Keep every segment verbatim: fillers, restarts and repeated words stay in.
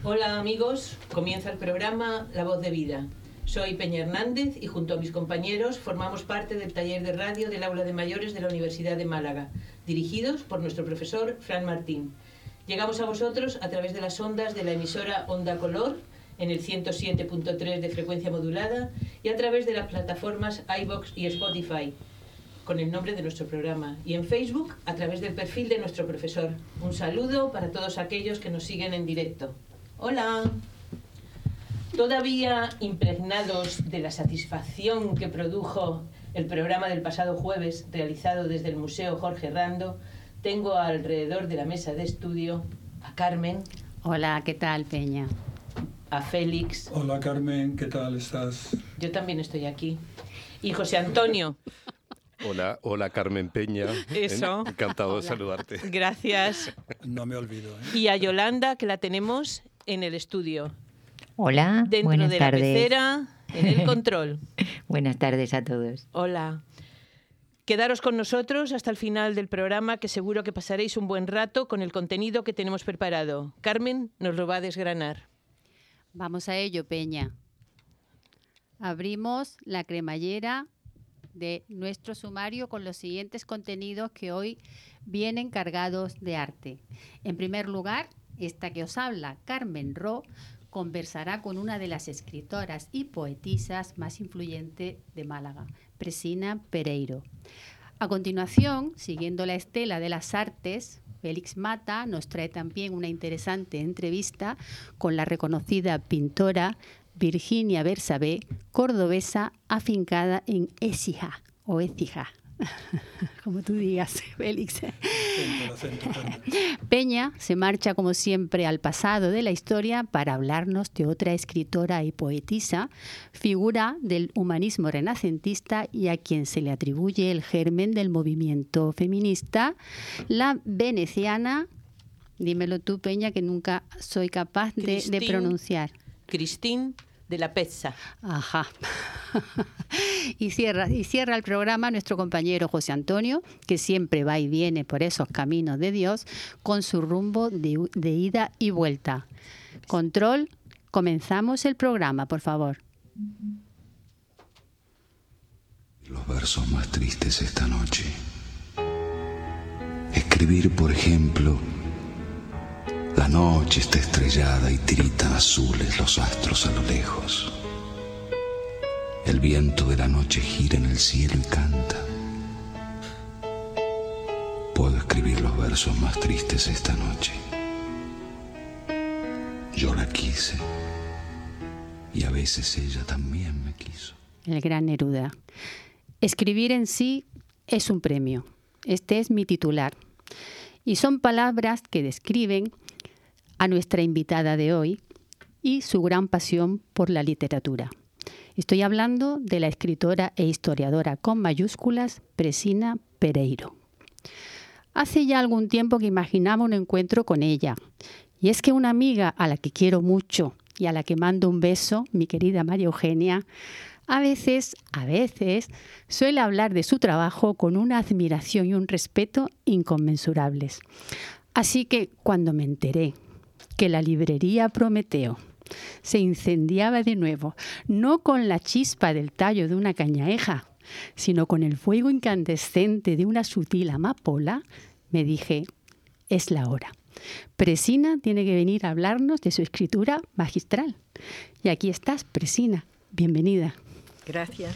Hola amigos, comienza el programa La Voz de Vida. Soy Peña Hernández y junto a mis compañeros formamos parte del taller de radio del Aula de Mayores de la Universidad de Málaga, dirigidos por nuestro profesor Fran Martín. Llegamos a vosotros a través de las ondas de la emisora Onda Color en el ciento siete punto tres de frecuencia modulada y a través de las plataformas iVoox y Spotify, con el nombre de nuestro programa, y en Facebook a través del perfil de nuestro profesor. Un saludo para todos aquellos que nos siguen en directo. ¡Hola! Todavía impregnados de la satisfacción que produjo el programa del pasado jueves realizado desde el Museo Jorge Rando, tengo alrededor de la mesa de estudio a Carmen. Hola, ¿qué tal, Peña? A Félix. Hola, Carmen, ¿qué tal estás? Yo también estoy aquí. Y José Antonio. Hola, hola Carmen Peña. Eso. Encantado Hola. de saludarte. Gracias. No me olvido, ¿eh? Y a Yolanda, que la tenemos en el estudio. Hola, Dentro buenas de la tardes. pecera, en el control. Buenas tardes a todos. Hola. Quedaros con nosotros hasta el final del programa, que seguro que pasaréis un buen rato con el contenido que tenemos preparado. Carmen nos lo va a desgranar. Vamos a ello, Peña. Abrimos la cremallera de nuestro sumario con los siguientes contenidos que hoy vienen cargados de arte. En primer lugar, esta que os habla, Carmen Ro, conversará con una de las escritoras y poetisas más influyentes de Málaga, Presina Pereiro. A continuación, siguiendo la estela de las artes, Félix Mata nos trae también una interesante entrevista con la reconocida pintora Virginia Bersabé, cordobesa afincada en Écija o Écija, como tú digas, Félix. Acento, acento, Carmen. Peña se marcha como siempre al pasado de la historia para hablarnos de otra escritora y poetisa, figura del humanismo renacentista y a quien se le atribuye el germen del movimiento feminista, la veneciana, dímelo tú, Peña, que nunca soy capaz de, de Christine. pronunciar. Cristín de la Pezza. Ajá. Y cierra, y cierra el programa nuestro compañero José Antonio, que siempre va y viene por esos caminos de Dios, con su rumbo de, de ida y vuelta. Control, comenzamos el programa, por favor. Los versos más tristes esta noche. Escribir, por ejemplo: la noche está estrellada y tiritan azules los astros a lo lejos. El viento de la noche gira en el cielo y canta. Puedo escribir los versos más tristes esta noche. Yo la quise y a veces ella también me quiso. El gran Neruda. Escribir en sí es un premio. Este es mi titular. Y son palabras que describen a nuestra invitada de hoy y su gran pasión por la literatura. Estoy hablando de la escritora e historiadora con mayúsculas Presina Pereiro. Hace ya algún tiempo que imaginaba un encuentro con ella. Y es que una amiga a la que quiero mucho y a la que mando un beso, mi querida María Eugenia, a veces, a veces, suele hablar de su trabajo con una admiración y un respeto inconmensurables. Así que cuando me enteré que la librería Prometeo se incendiaba de nuevo, no con la chispa del tallo de una cañaeja, sino con el fuego incandescente de una sutil amapola, me dije, es la hora. Presina tiene que venir a hablarnos de su escritura magistral. Y aquí estás, Presina. Bienvenida. Gracias.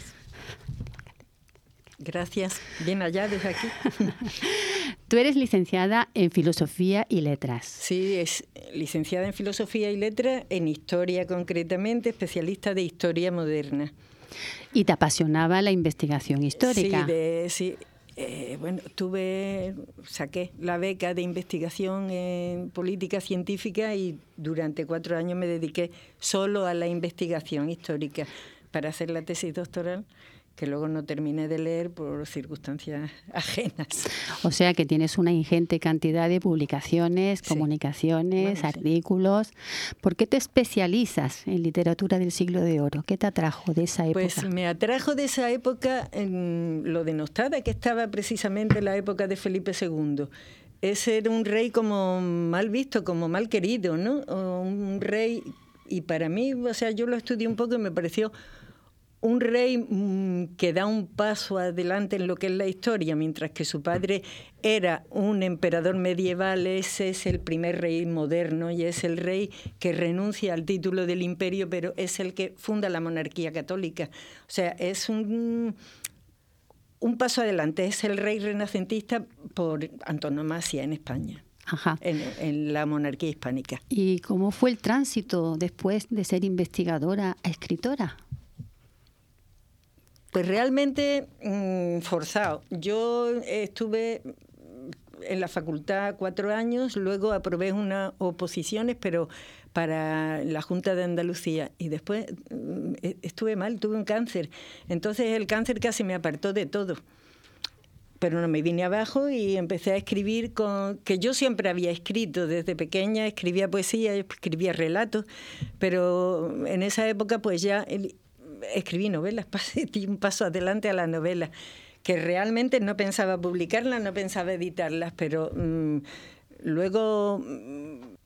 Gracias. Bien allá desde aquí. Tú eres licenciada en Filosofía y Letras. Sí, es licenciada en Filosofía y Letras, en Historia concretamente, especialista de Historia Moderna. Y te apasionaba la investigación histórica. Sí, de, sí. Eh, bueno, tuve, saqué la beca de investigación en política científica y durante cuatro años me dediqué solo a la investigación histórica para hacer la tesis doctoral, que luego no terminé de leer por circunstancias ajenas. O sea que tienes una ingente cantidad de publicaciones, Sí. Comunicaciones, Bueno, sí. artículos. ¿Por qué te especializas en literatura del siglo de oro? ¿Qué te atrajo de esa época? Pues me atrajo de esa época en lo denostada que estaba precisamente la época de Felipe segundo. es ser un rey como mal visto, como mal querido, ¿no? O un rey, y para mí, o sea, yo lo estudié un poco y me pareció un rey mmm, que da un paso adelante en lo que es la historia, mientras que su padre era un emperador medieval. Ese es el primer rey moderno y es el rey que renuncia al título del imperio, pero es el que funda la monarquía católica. O sea, es un, un paso adelante, es el rey renacentista por antonomasia en España. Ajá. En, en la monarquía hispánica. ¿Y cómo fue el tránsito después de ser investigadora a escritora? Pues realmente mmm, forzado. Yo estuve en la facultad cuatro años, luego aprobé unas oposiciones, pero para la Junta de Andalucía, y después mmm, estuve mal, tuve un cáncer. Entonces el cáncer casi me apartó de todo. Pero no, me vine abajo y empecé a escribir, con que yo siempre había escrito desde pequeña, escribía poesía, escribía relatos, pero en esa época pues ya el, escribí novelas, pasé un paso adelante a la novela, que realmente no pensaba publicarlas, no pensaba editarlas, pero mmm, luego mmm,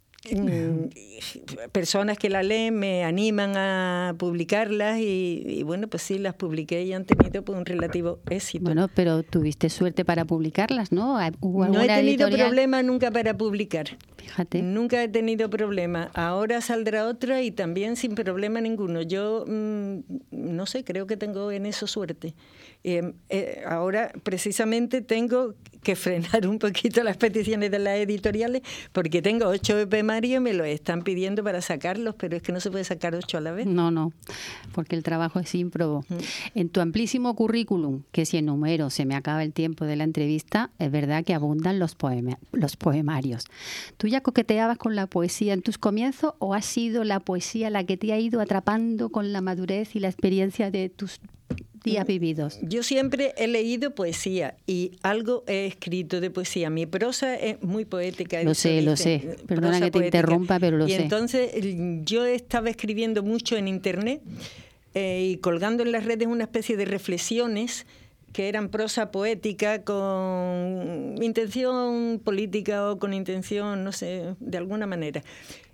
personas que la leen me animan a publicarlas y, y bueno, pues sí, las publiqué y han tenido pues, un relativo éxito. Bueno, pero tuviste suerte para publicarlas, ¿no? ¿Hubo no he tenido editorial? problema nunca para publicar. Fíjate. Nunca he tenido problema. Ahora saldrá otra y también sin problema ninguno. Yo mmm, no sé, creo que tengo en eso suerte. Eh, eh, ahora precisamente tengo que frenar un poquito las peticiones de las editoriales porque tengo ocho poemarios y me lo están pidiendo para sacarlos, pero es que no se puede sacar ocho a la vez. No, no, porque el trabajo es ímprobo. Mm. En tu amplísimo currículum, que si enumero se me acaba el tiempo de la entrevista, es verdad que abundan los, poema, los poemarios. ¿Tú ya coqueteabas con la poesía en tus comienzos o ha sido la poesía la que te ha ido atrapando con la madurez y la experiencia de tus días vividos? Yo siempre he leído poesía y algo he escrito de poesía. Mi prosa es muy poética. Lo sé, lo sé. Perdona que te poética. interrumpa, pero lo y sé. Y entonces yo estaba escribiendo mucho en internet eh, y colgando en las redes una especie de reflexiones que eran prosa poética con intención política o con intención, no sé, de alguna manera.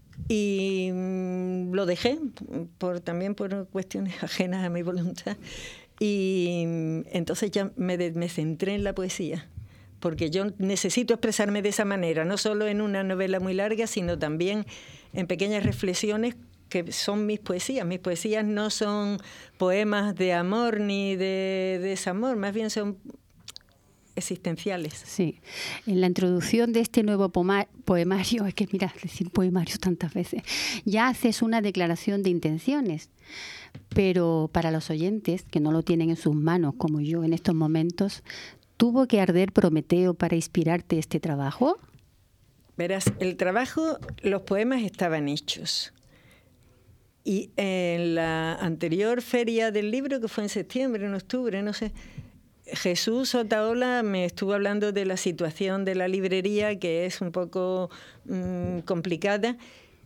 Y mmm, lo dejé por, también por cuestiones ajenas a mi voluntad. Y entonces ya me, de, me centré en la poesía, porque yo necesito expresarme de esa manera, no solo en una novela muy larga, sino también en pequeñas reflexiones que son mis poesías. Mis poesías no son poemas de amor ni de, de desamor, más bien son existenciales. Sí. En la introducción de este nuevo poemario, es que mira, decir poemario tantas veces, ya haces una declaración de intenciones. Pero para los oyentes que no lo tienen en sus manos, como yo en estos momentos, ¿tuvo que arder Prometeo para inspirarte este trabajo? Verás, el trabajo, los poemas estaban hechos. Y en la anterior feria del libro, que fue en septiembre, en octubre, no sé, Jesús Otaola me estuvo hablando de la situación de la librería, que es un poco mmm, complicada.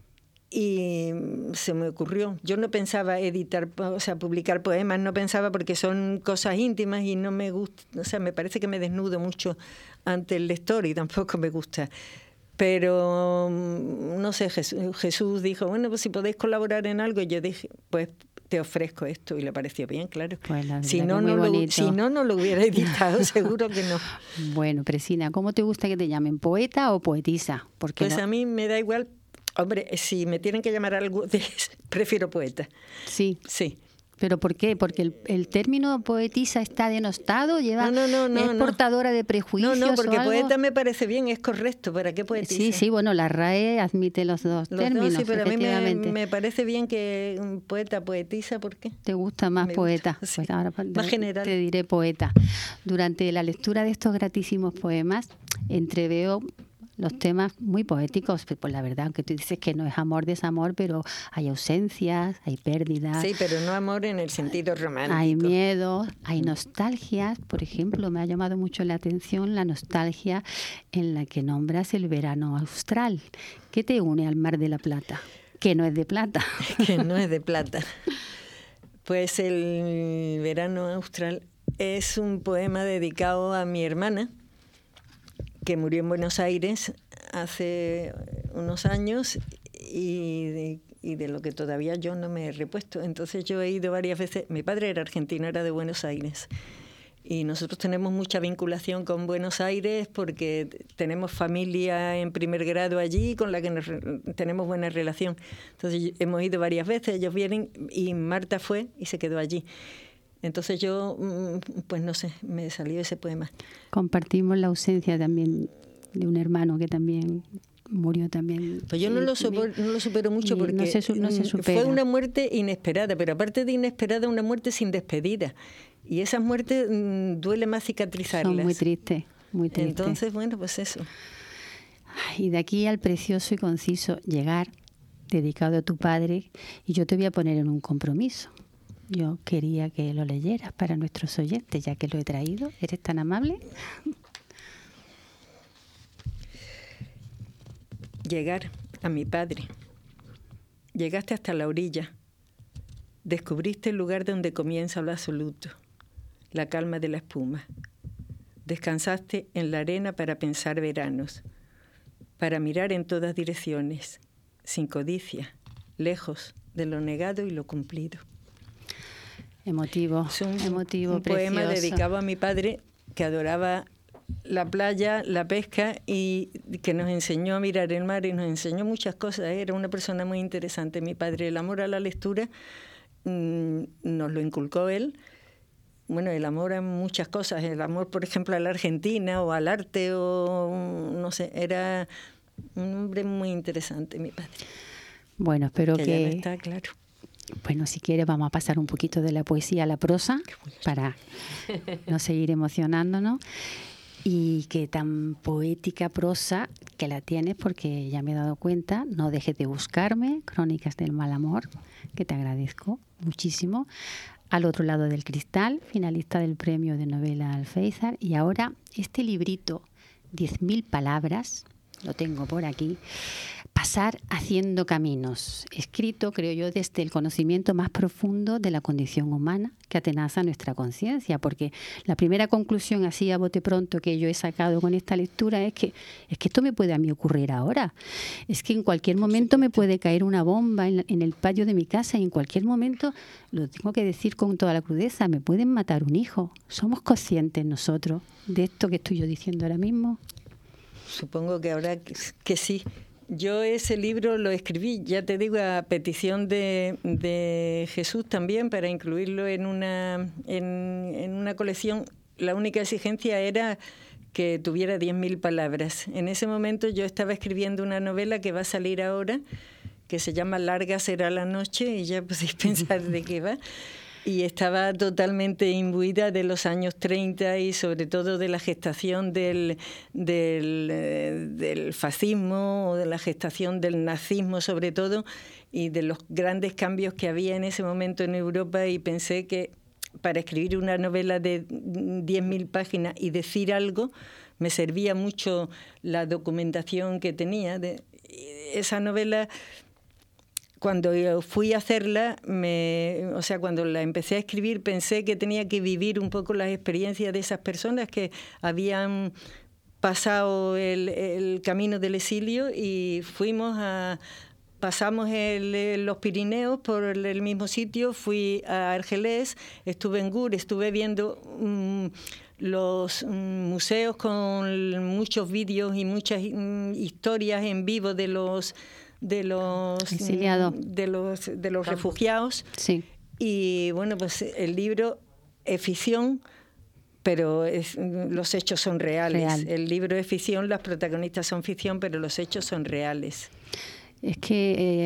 Y se me ocurrió. Yo no pensaba editar, o sea, publicar poemas, no pensaba porque son cosas íntimas y no me gusta, o sea, me parece que me desnudo mucho ante el lector y tampoco me gusta. Pero, no sé, Jesús, Jesús dijo, bueno, pues si podéis colaborar en algo, y yo dije, pues te ofrezco esto, y le pareció bien, claro. Pues si, no, no lo, si no, no lo hubiera editado, seguro que no. Bueno, Presina, ¿cómo te gusta que te llamen? ¿Poeta o poetisa? Porque pues no... a mí me da igual. Hombre, si me tienen que llamar algo, de, prefiero poeta. Sí. Sí. ¿Pero por qué? ¿Porque el, el término poetisa está denostado? Lleva, no, no, no, ¿Es no. portadora de prejuicios? No, no, porque o algo? poeta me parece bien, es correcto. ¿Para qué poetisa? Sí, sí, bueno, la R A E admite los dos los términos, dos, sí, pero a mí me, me me parece bien que un poeta, poetisa, ¿por qué? ¿Te gusta más me poeta? Gusta, sí. Pues ahora más general. Te diré poeta. Durante la lectura de estos gratísimos poemas, entreveo los temas muy poéticos, pues la verdad, aunque tú dices que no es amor, desamor, pero hay ausencias, hay pérdidas. Sí, pero no amor en el sentido romántico. Hay miedo, hay nostalgias. Por ejemplo, me ha llamado mucho la atención la nostalgia en la que nombras el verano austral. ¿Qué te une al Mar de la Plata? Que no es de plata. Que no es de plata. Pues el verano austral es un poema dedicado a mi hermana, que murió en Buenos Aires hace unos años y de, y de lo que todavía yo no me he repuesto. Entonces yo he ido varias veces. Mi padre era argentino, era de Buenos Aires. Y nosotros tenemos mucha vinculación con Buenos Aires porque tenemos familia en primer grado allí con la que nos, tenemos buena relación. Entonces hemos ido varias veces, ellos vienen y Marta fue y se quedó allí. Entonces yo, pues no sé, me salió ese poema. Compartimos la ausencia también de un hermano que también murió también. Pues yo no lo, supero, no lo supero mucho porque no se, no se fue una muerte inesperada, pero aparte de inesperada, una muerte sin despedida. Y esas muertes mmm, duele más cicatrizarlas. Son muy tristes, muy tristes. Entonces, bueno, pues eso. Y de aquí al precioso y conciso llegar, dedicado a tu padre, y yo te voy a poner en un compromiso. Yo quería que lo leyeras para nuestros oyentes, ya que lo he traído. ¿Eres tan amable? Llegar a mi padre. Llegaste hasta la orilla. Descubriste el lugar donde comienza lo absoluto, la calma de la espuma. Descansaste en la arena para pensar veranos, para mirar en todas direcciones, sin codicia, lejos de lo negado y lo cumplido. Emotivo, es un, emotivo, un precioso. Poema dedicado a mi padre que adoraba la playa, la pesca y que nos enseñó a mirar el mar y nos enseñó muchas cosas. Era una persona muy interesante. Mi padre, el amor a la lectura mmm, nos lo inculcó él. Bueno, el amor a muchas cosas. El amor, por ejemplo, a la Argentina o al arte o no sé. Era un hombre muy interesante, mi padre. Bueno, espero que... que... ya no está, claro. Bueno, si quieres vamos a pasar un poquito de la poesía a la prosa para no seguir emocionándonos. Y que tan poética prosa que la tienes, porque ya me he dado cuenta. No dejes de buscarme, Crónicas del mal amor, que te agradezco muchísimo. Al otro lado del cristal, finalista del premio de novela Alféizar. Y ahora este librito, diez mil palabras, lo tengo por aquí. Pasar haciendo caminos, escrito, creo yo, desde el conocimiento más profundo de la condición humana que atenaza nuestra conciencia, porque la primera conclusión así a bote pronto que yo he sacado con esta lectura es que es que esto me puede a mí ocurrir ahora, es que en cualquier momento me puede caer una bomba en, en el patio de mi casa y en cualquier momento, lo tengo que decir con toda la crudeza, me pueden matar un hijo. ¿Somos conscientes nosotros de esto que estoy yo diciendo ahora mismo? Supongo que habrá que, que sí. Yo ese libro lo escribí, ya te digo, a petición de, de Jesús también, para incluirlo en una, en, en una colección. La única exigencia era que tuviera diez mil palabras. En ese momento yo estaba escribiendo una novela que va a salir ahora, que se llama Larga será la noche, y ya podéis pensar de qué va. Y estaba totalmente imbuida de los años treinta y sobre todo de la gestación del, del, eh, del fascismo o de la gestación del nazismo sobre todo y de los grandes cambios que había en ese momento en Europa, y pensé que para escribir una novela de diez mil páginas y decir algo me servía mucho la documentación que tenía. De, esa novela... Cuando yo fui a hacerla, me, o sea, cuando la empecé a escribir, pensé que tenía que vivir un poco las experiencias de esas personas que habían pasado el, el camino del exilio, y fuimos a... Pasamos el, los Pirineos por el, el mismo sitio, fui a Argelés, estuve en Gur, estuve viendo um, los um, museos con muchos vídeos y muchas um, historias en vivo de los... de los exiliados, de los de los refugiados. Sí. Y bueno, pues el libro es ficción, pero es, los hechos son reales. Real. El libro es ficción, las protagonistas son ficción, pero los hechos son reales. Es que eh,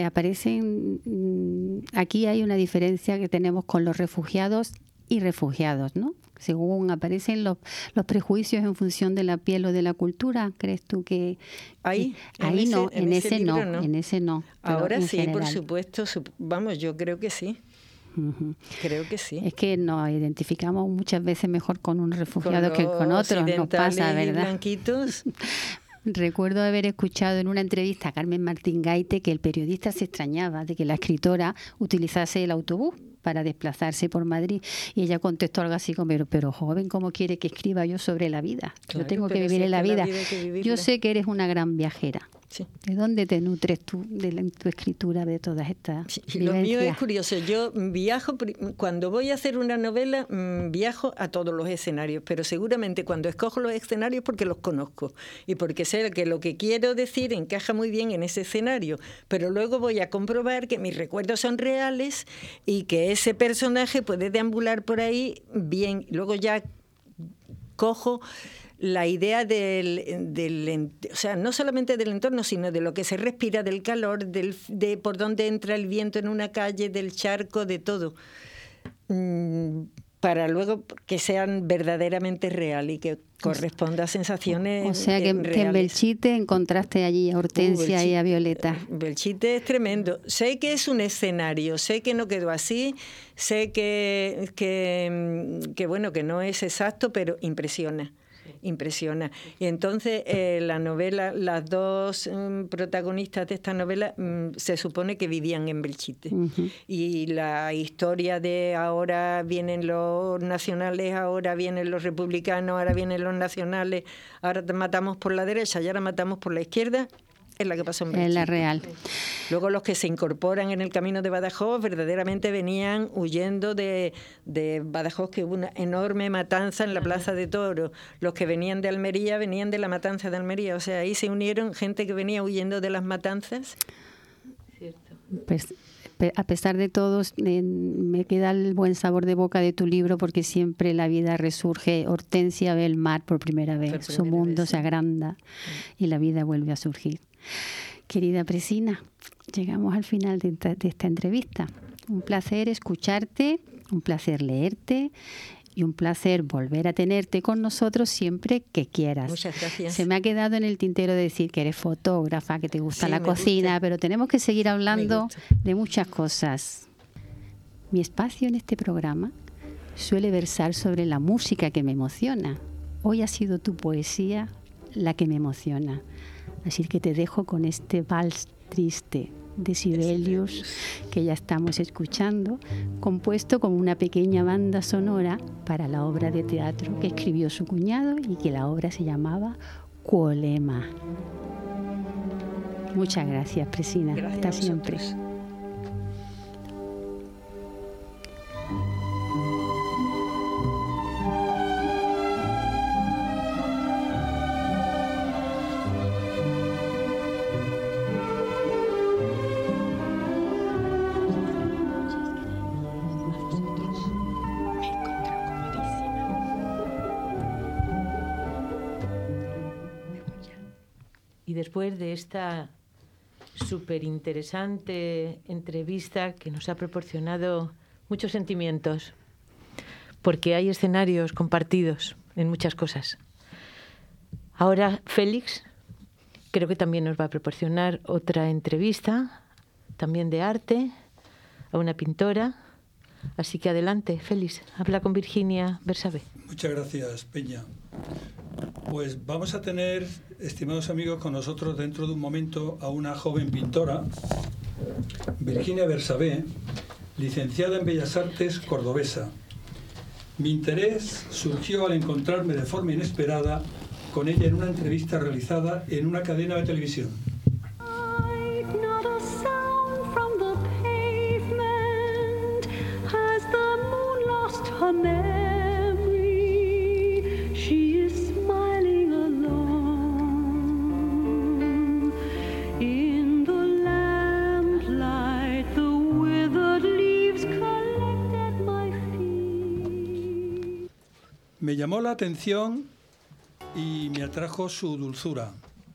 aparecen, aquí hay una diferencia que tenemos con los refugiados y refugiados, ¿no? Según aparecen los, los prejuicios en función de la piel o de la cultura, ¿crees tú que...? Ahí, que ahí en no, ese, en, en ese, ese libro, no, no, en ese no. Ahora sí, general. Por supuesto, vamos, yo creo que sí. Uh-huh. Creo que sí. Es que nos identificamos muchas veces mejor con un refugiado con que con otros, nos pasa, ¿verdad? Blanquitos. Recuerdo haber escuchado en una entrevista a Carmen Martín Gaite que el periodista se extrañaba de que la escritora utilizase el autobús para desplazarse por Madrid. Y ella contestó algo así como, pero, pero joven, ¿cómo quiere que escriba yo sobre la vida? Claro, yo tengo que vivir en la vida. La vida yo sé que eres una gran viajera. Sí. ¿De dónde te nutres tú de la, tu escritura de todas estas sí, Lo mío es curioso. Yo viajo, cuando voy a hacer una novela, viajo a todos los escenarios, pero seguramente cuando escojo los escenarios porque los conozco y porque sé que lo que quiero decir encaja muy bien en ese escenario, pero luego voy a comprobar que mis recuerdos son reales y que ese personaje puede deambular por ahí bien. Luego ya cojo la idea del, del, o sea, no solamente del entorno, sino de lo que se respira, del calor, del, de por dónde entra el viento en una calle, del charco, de todo, mm, para luego que sean verdaderamente real y que corresponda a sensaciones. O sea que, que en Belchite encontraste allí a Hortensia uh, Belchite, y a Violeta. Belchite es tremendo. Sé que es un escenario, sé que no quedó así, sé que, que, que bueno, que no es exacto, pero impresiona. Impresiona. Y entonces eh, la novela, las dos um, protagonistas de esta novela um, se supone que vivían en Belchite. Uh-huh. Y la historia de ahora vienen los nacionales, ahora vienen los republicanos, ahora vienen los nacionales, ahora te matamos por la derecha y ahora matamos por la izquierda, es la que pasó en Belchite. Es la real. Luego los que se incorporan en el camino de Badajoz verdaderamente venían huyendo de, de Badajoz, que hubo una enorme matanza en la Plaza de Toros. Los que venían de Almería venían de la matanza de Almería. O sea, ahí se unieron gente que venía huyendo de las matanzas. Cierto. Pues, a pesar de todo, me queda el buen sabor de boca de tu libro, porque siempre la vida resurge. Hortensia ve el mar por primera vez, por primera su mundo vez, se agranda sí. y la vida vuelve a surgir. Querida Presina, llegamos al final de esta, de esta entrevista. Un placer escucharte, un placer leerte y un placer volver a tenerte con nosotros siempre que quieras. Muchas gracias. Se me ha quedado en el tintero de decir que eres fotógrafa, que te gusta sí, la cocina, gusta. Pero tenemos que seguir hablando de muchas cosas. Mi espacio en este programa suele versar sobre la música que me emociona. Hoy ha sido tu poesía la que me emociona. Así que te dejo con este vals triste de Sibelius, que ya estamos escuchando, compuesto como una pequeña banda sonora para la obra de teatro que escribió su cuñado y que la obra se llamaba Cuolema. Muchas gracias, Presina. Gracias. Hasta siempre. Después de esta súper interesante entrevista que nos ha proporcionado muchos sentimientos, porque hay escenarios compartidos en muchas cosas. Ahora Félix creo que también nos va a proporcionar otra entrevista, también de arte, a una pintora. Así que adelante, Félix, habla con Virginia Bersabe. Muchas gracias, Peña. Pues vamos a tener, estimados amigos, con nosotros dentro de un momento a una joven pintora, Virginia Bersabe, licenciada en Bellas Artes cordobesa. Mi interés surgió al encontrarme de forma inesperada con ella en una entrevista realizada en una cadena de televisión. Me llamó la atención y me atrajo su dulzura,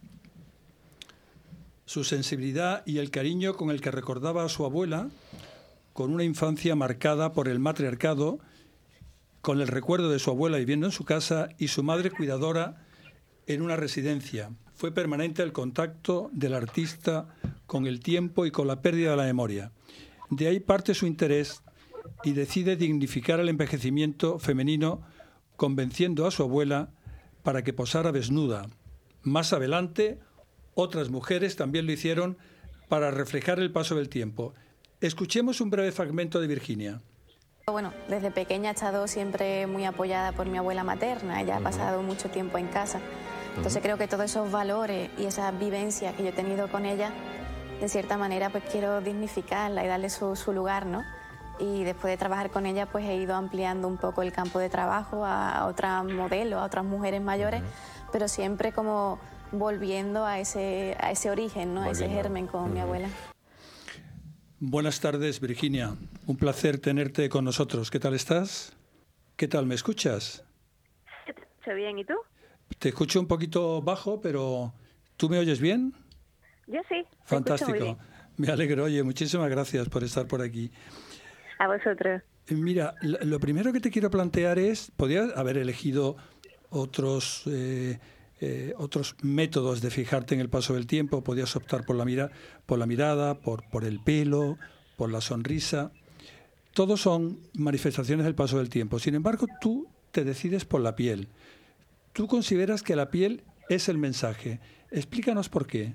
su sensibilidad y el cariño con el que recordaba a su abuela, con una infancia marcada por el matriarcado, con el recuerdo de su abuela viviendo en su casa y su madre cuidadora en una residencia. Fue permanente el contacto del artista con el tiempo y con la pérdida de la memoria. De ahí parte su interés y decide dignificar el envejecimiento femenino, convenciendo a su abuela para que posara desnuda. Más adelante, otras mujeres también lo hicieron para reflejar el paso del tiempo. Escuchemos un breve fragmento de Virginia. Bueno, desde pequeña he estado siempre muy apoyada por mi abuela materna. Ella ha pasado mucho tiempo en casa. Entonces creo que todos esos valores y esas vivencias que yo he tenido con ella, de cierta manera, pues quiero dignificarla y darle su, su lugar, ¿no? Y después de trabajar con ella, pues he ido ampliando un poco el campo de trabajo a otras modelos, a otras mujeres mayores, pero siempre como volviendo a ese, a ese origen, ¿no? A ese germen con uh-huh. mi abuela. Buenas tardes, Virginia. Un placer tenerte con nosotros. ¿Qué tal estás? ¿Qué tal? ¿Me escuchas? Te escucho bien. ¿Y tú? Te escucho un poquito bajo, pero ¿tú me oyes bien? Yo sí. Fantástico. Te escucho muy bien. Me alegro. Oye, muchísimas gracias por estar por aquí. A vosotros. Mira, lo primero que te quiero plantear es, podrías haber elegido otros... Eh, Eh, otros métodos de fijarte en el paso del tiempo. Podías optar por la, mira, por la mirada, por, por el pelo, por la sonrisa. Todos son manifestaciones del paso del tiempo. Sin embargo, tú te decides por la piel. Tú consideras que la piel es el mensaje. Explícanos por qué.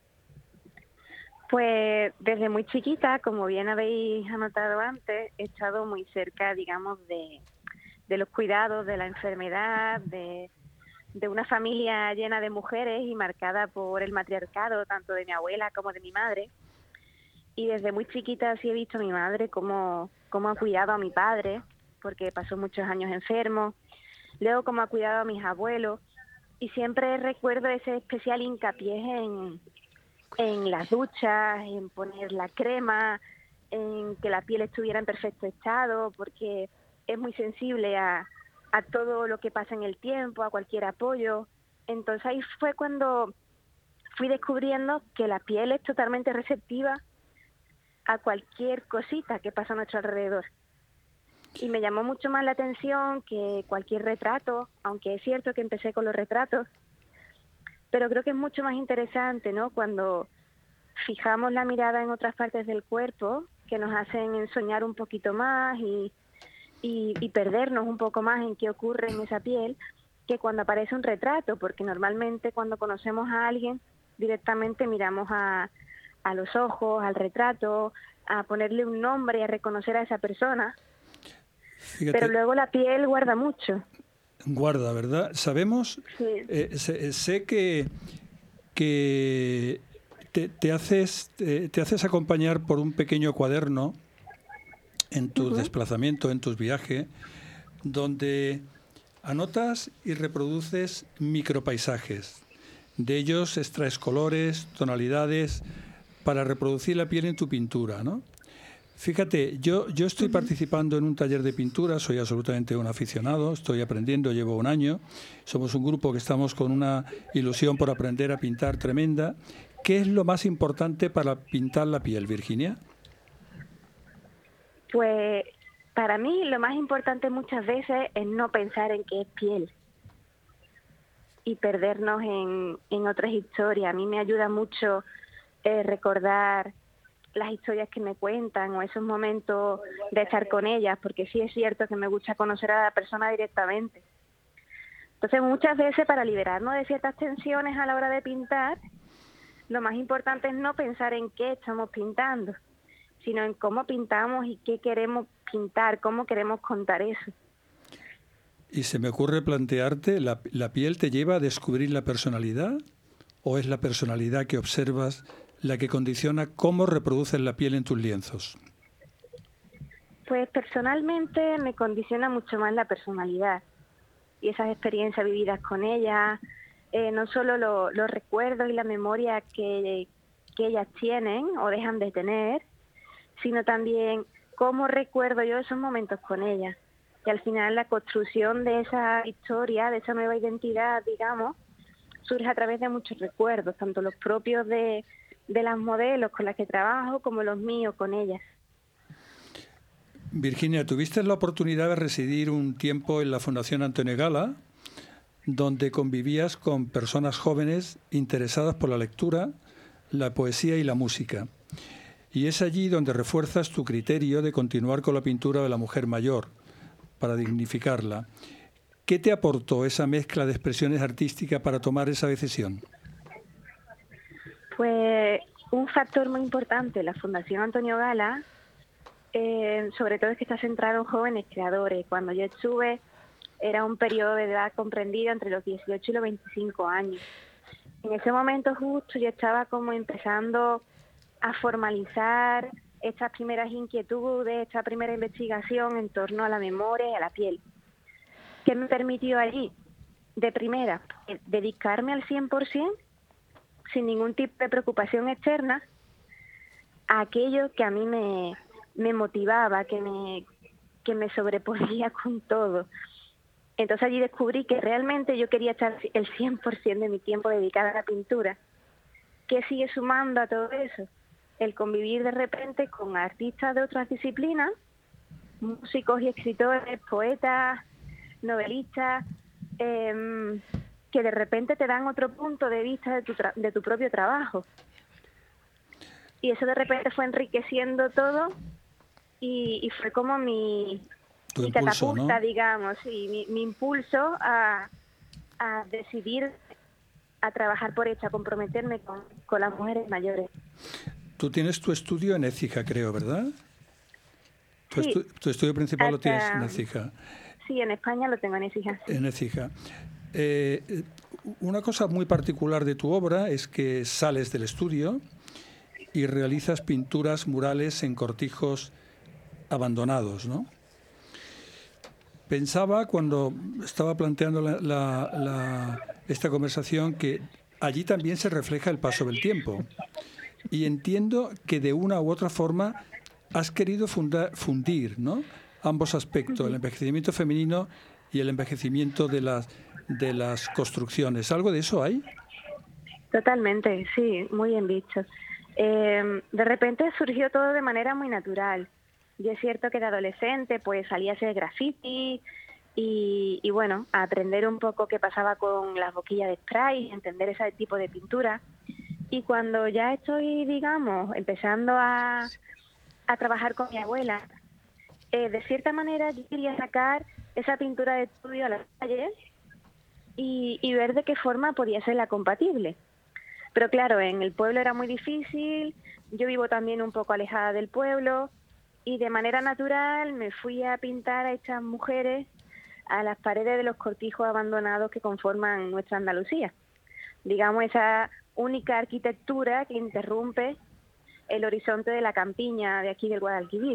Pues desde muy chiquita, como bien habéis anotado antes, he estado muy cerca, digamos, de, de los cuidados, de la enfermedad, de... de una familia llena de mujeres y marcada por el matriarcado, tanto de mi abuela como de mi madre. Y desde muy chiquita sí he visto a mi madre cómo, cómo ha cuidado a mi padre, porque pasó muchos años enfermo. Luego cómo ha cuidado a mis abuelos. Y siempre recuerdo ese especial hincapié en, en las duchas, en poner la crema, en que la piel estuviera en perfecto estado, porque es muy sensible a... a todo lo que pasa en el tiempo, a cualquier apoyo. Entonces ahí fue cuando fui descubriendo que la piel es totalmente receptiva a cualquier cosita que pasa a nuestro alrededor. Y me llamó mucho más la atención que cualquier retrato, aunque es cierto que empecé con los retratos, pero creo que es mucho más interesante, ¿no? Cuando fijamos la mirada en otras partes del cuerpo que nos hacen soñar un poquito más y Y, y perdernos un poco más en qué ocurre en esa piel que cuando aparece un retrato, porque normalmente cuando conocemos a alguien directamente miramos a, a los ojos, al retrato, a ponerle un nombre y a reconocer a esa persona. Fíjate, pero luego la piel guarda mucho. Guarda, ¿verdad? Sabemos, sí. eh, sé, sé que, que te, te, haces, te, te haces acompañar por un pequeño cuaderno en tu uh-huh. desplazamiento, en tus viajes, donde anotas y reproduces micropaisajes. De ellos extraes colores, tonalidades, para reproducir la piel en tu pintura, ¿no? Fíjate, yo, yo estoy uh-huh. participando en un taller de pintura, soy absolutamente un aficionado, estoy aprendiendo, llevo un año. Somos un grupo que estamos con una ilusión por aprender a pintar tremenda. ¿Qué es lo más importante para pintar la piel, Virginia? Pues para mí lo más importante muchas veces es no pensar en qué es piel y perdernos en, en otras historias. A mí me ayuda mucho eh, recordar las historias que me cuentan o esos momentos de estar con ellas, porque sí es cierto que me gusta conocer a la persona directamente. Entonces muchas veces para liberarnos de ciertas tensiones a la hora de pintar, lo más importante es no pensar en qué estamos pintando, sino en cómo pintamos y qué queremos pintar, cómo queremos contar eso. Y se me ocurre plantearte, ¿la, la piel te lleva a descubrir la personalidad o es la personalidad que observas la que condiciona cómo reproduces la piel en tus lienzos? Pues personalmente me condiciona mucho más la personalidad y esas experiencias vividas con ella, eh, no solo lo, los recuerdos y la memoria que, que ellas tienen o dejan de tener, sino también cómo recuerdo yo esos momentos con ella. Y al final la construcción de esa historia, de esa nueva identidad, digamos, surge a través de muchos recuerdos, tanto los propios de, de las modelos con las que trabajo como los míos con ellas. Virginia, tuviste la oportunidad de residir un tiempo en la Fundación Antonio Gala, donde convivías con personas jóvenes interesadas por la lectura, la poesía y la música. Y es allí donde refuerzas tu criterio de continuar con la pintura de la mujer mayor, para dignificarla. ¿Qué te aportó esa mezcla de expresiones artísticas para tomar esa decisión? Pues un factor muy importante, la Fundación Antonio Gala eh, sobre todo es que está centrado en jóvenes creadores. Cuando yo estuve era un periodo de edad comprendido entre los dieciocho y los veinticinco años. En ese momento justo yo estaba como empezando a formalizar estas primeras inquietudes, esta primera investigación en torno a la memoria y a la piel. ¿Qué me permitió allí? De primera, dedicarme al cien por ciento, sin ningún tipo de preocupación externa, a aquello que a mí me, me motivaba, que me, que me sobreponía con todo. Entonces allí descubrí que realmente yo quería estar el cien por ciento de mi tiempo dedicada a la pintura. ¿Qué sigue sumando a todo eso? El convivir de repente con artistas de otras disciplinas, músicos y escritores, poetas, novelistas, eh, que de repente te dan otro punto de vista de tu, tra- de tu propio trabajo. Y eso de repente fue enriqueciendo todo y, y fue como mi... Tu mi impulso, catapulta, ¿no? digamos, sí, mi, mi impulso a, a decidir a trabajar por ella, a comprometerme con, con las mujeres mayores. Tú tienes tu estudio en Écija, creo, ¿verdad? Tu, Sí. estu- tu estudio principal lo Hasta- tienes en Écija. Sí, en España lo tengo en Écija. Sí. En Écija. Eh, eh, una cosa muy particular de tu obra es que sales del estudio y realizas pinturas murales en cortijos abandonados, ¿no? Pensaba cuando estaba planteando la, la, la, esta conversación que allí también se refleja el paso del tiempo. Y entiendo que de una u otra forma has querido funda, fundir, ¿no?, ambos aspectos, el envejecimiento femenino y el envejecimiento de las, de las construcciones. ¿Algo de eso hay? Totalmente, sí, muy bien visto. Eh, de repente surgió todo de manera muy natural. Yo es cierto que de adolescente pues salía a hacer graffiti y, y bueno, a aprender un poco qué pasaba con las boquillas de spray, entender ese tipo de pintura. Y cuando ya estoy, digamos, empezando a, a trabajar con mi abuela, eh, de cierta manera yo quería sacar esa pintura de estudio a las calles y, y ver de qué forma podía ser la compatible. Pero claro, en el pueblo era muy difícil, yo vivo también un poco alejada del pueblo y de manera natural me fui a pintar a estas mujeres a las paredes de los cortijos abandonados que conforman nuestra Andalucía. Digamos, esa única arquitectura que interrumpe el horizonte de la campiña de aquí del Guadalquivir.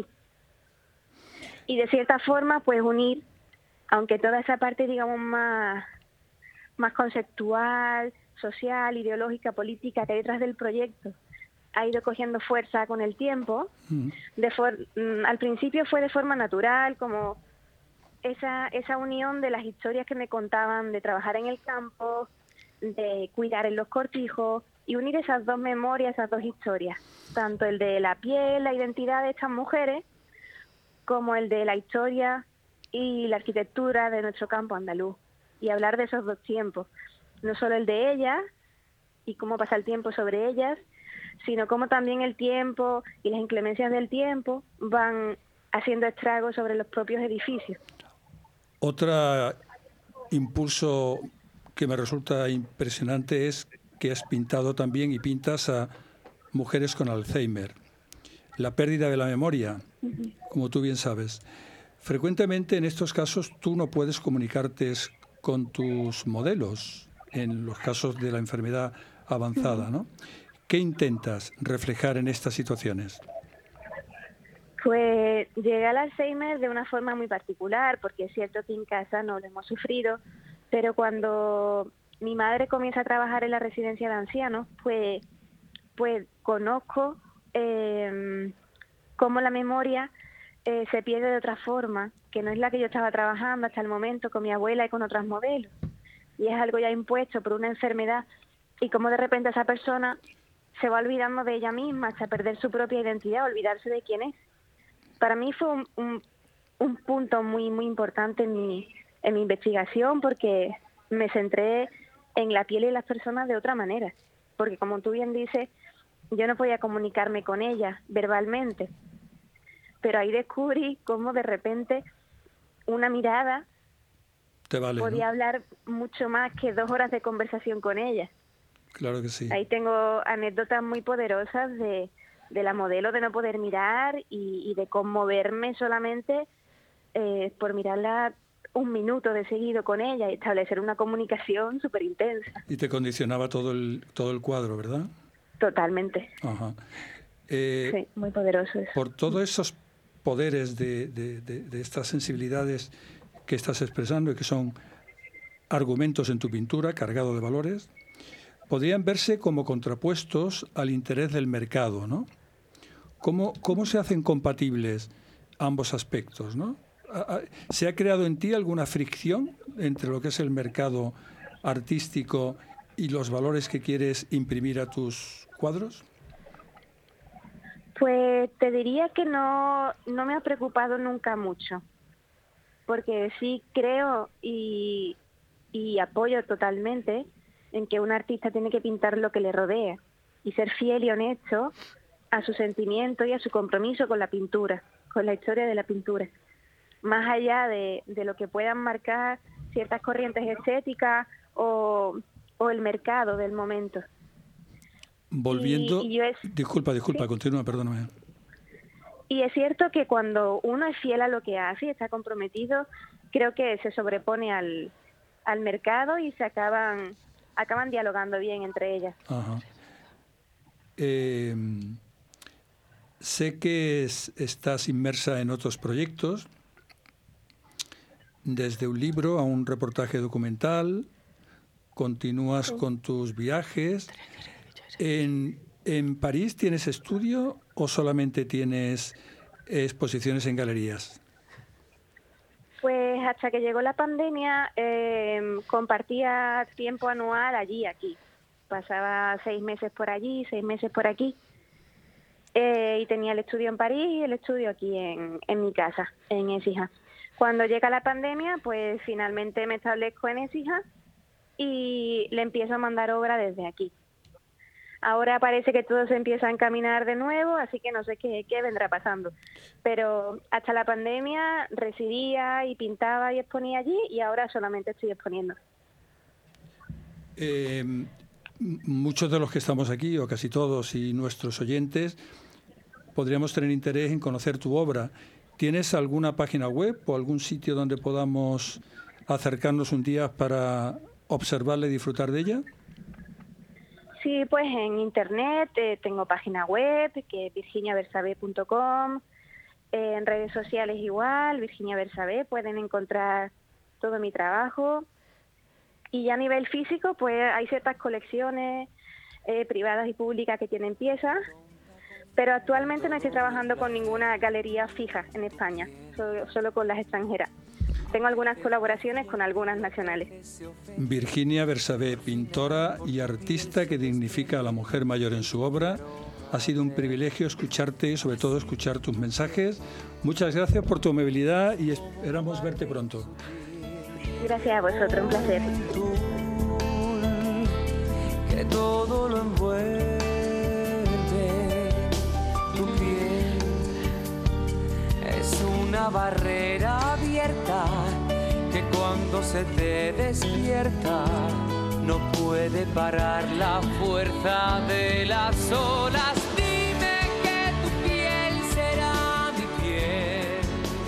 Y de cierta forma, pues unir, aunque toda esa parte, digamos, más, más conceptual, social, ideológica, política que hay detrás del proyecto, ha ido cogiendo fuerza con el tiempo. Mm. De for- al principio fue de forma natural, como esa, esa unión de las historias que me contaban de trabajar en el campo, de cuidar en los cortijos y unir esas dos memorias, esas dos historias, tanto el de la piel, la identidad de estas mujeres, como el de la historia y la arquitectura de nuestro campo andaluz, y hablar de esos dos tiempos, no solo el de ellas y cómo pasa el tiempo sobre ellas, sino cómo también el tiempo y las inclemencias del tiempo van haciendo estragos sobre los propios edificios. Otro impulso que me resulta impresionante es que has pintado también y pintas a mujeres con Alzheimer. La pérdida de la memoria, como tú bien sabes. Frecuentemente en estos casos tú no puedes comunicarte con tus modelos en los casos de la enfermedad avanzada, ¿no? ¿Qué intentas reflejar en estas situaciones? Pues llegué al Alzheimer de una forma muy particular, porque es cierto que en casa no lo hemos sufrido, pero cuando mi madre comienza a trabajar en la residencia de ancianos, pues, pues conozco eh, cómo la memoria eh, se pierde de otra forma, que no es la que yo estaba trabajando hasta el momento con mi abuela y con otras modelos. Y es algo ya impuesto por una enfermedad, y cómo de repente esa persona se va olvidando de ella misma hasta perder su propia identidad, olvidarse de quién es. Para mí fue un, un, un punto muy muy importante en mi, en mi investigación, porque me centré en la piel y las personas de otra manera. Porque como tú bien dices, yo no podía comunicarme con ellas verbalmente, pero ahí descubrí cómo de repente una mirada Te vale, podía ¿no? hablar mucho más que dos horas de conversación con ellas. Claro que sí. Ahí tengo anécdotas muy poderosas de, de la modelo de no poder mirar y, y de conmoverme solamente eh, por mirarla un minuto de seguido con ella y establecer una comunicación súper intensa. Y te condicionaba todo el, todo el cuadro, ¿verdad? Totalmente. Ajá. Eh, sí, muy poderoso eso. Por todos esos poderes de, de, de, de estas sensibilidades que estás expresando y que son argumentos en tu pintura, cargado de valores, podrían verse como contrapuestos al interés del mercado, ¿no? ¿Cómo, cómo se hacen compatibles ambos aspectos, ¿no? ¿Se ha creado en ti alguna fricción entre lo que es el mercado artístico y los valores que quieres imprimir a tus cuadros? Pues te diría que no, no me ha preocupado nunca mucho, porque sí creo y, y apoyo totalmente en que un artista tiene que pintar lo que le rodea y ser fiel y honesto a su sentimiento y a su compromiso con la pintura, con la historia de la pintura, más allá de, de lo que puedan marcar ciertas corrientes estéticas o, o el mercado del momento. Volviendo... Y, y es, disculpa, disculpa, ¿sí? Continúa, perdóname. Y es cierto que cuando uno es fiel a lo que hace y está comprometido, creo que se sobrepone al, al mercado y se acaban, acaban dialogando bien entre ellas. Ajá. Eh, sé que es, estás inmersa en otros proyectos, desde un libro a un reportaje documental, continúas sí. con tus viajes. ¿En, ¿En París tienes estudio o solamente tienes exposiciones en galerías? Pues hasta que llegó la pandemia eh, compartía tiempo anual allí, aquí. Pasaba seis meses por allí, seis meses por aquí. Eh, y tenía el estudio en París y el estudio aquí en, en mi casa, en Écija. Cuando llega la pandemia, pues finalmente me establezco en Écija y le empiezo a mandar obra desde aquí. Ahora parece que todo se empieza a encaminar de nuevo, así que no sé qué, qué vendrá pasando. Pero hasta la pandemia residía y pintaba y exponía allí y ahora solamente estoy exponiendo. Eh, muchos de los que estamos aquí, o casi todos, y nuestros oyentes, podríamos tener interés en conocer tu obra. ¿Tienes alguna página web o algún sitio donde podamos acercarnos un día para observarla y disfrutar de ella? Sí, pues en internet eh, tengo página web, que es virginia bersabe punto com, eh, en redes sociales igual, Virginia Bersabe, pueden encontrar todo mi trabajo. Y ya a nivel físico, pues hay ciertas colecciones eh, privadas y públicas que tienen piezas, pero actualmente no estoy trabajando con ninguna galería fija en España, solo, solo con las extranjeras. Tengo algunas colaboraciones con algunas nacionales. Virginia Bersabe, pintora y artista que dignifica a la mujer mayor en su obra. Ha sido un privilegio escucharte y sobre todo escuchar tus mensajes. Muchas gracias por tu amabilidad y esperamos verte pronto. Gracias a vosotros, un placer. Que todo lo envuelve, tu piel es una barrera abierta que cuando se te despierta no puede parar la fuerza de las olas. Dime que tu piel será mi piel.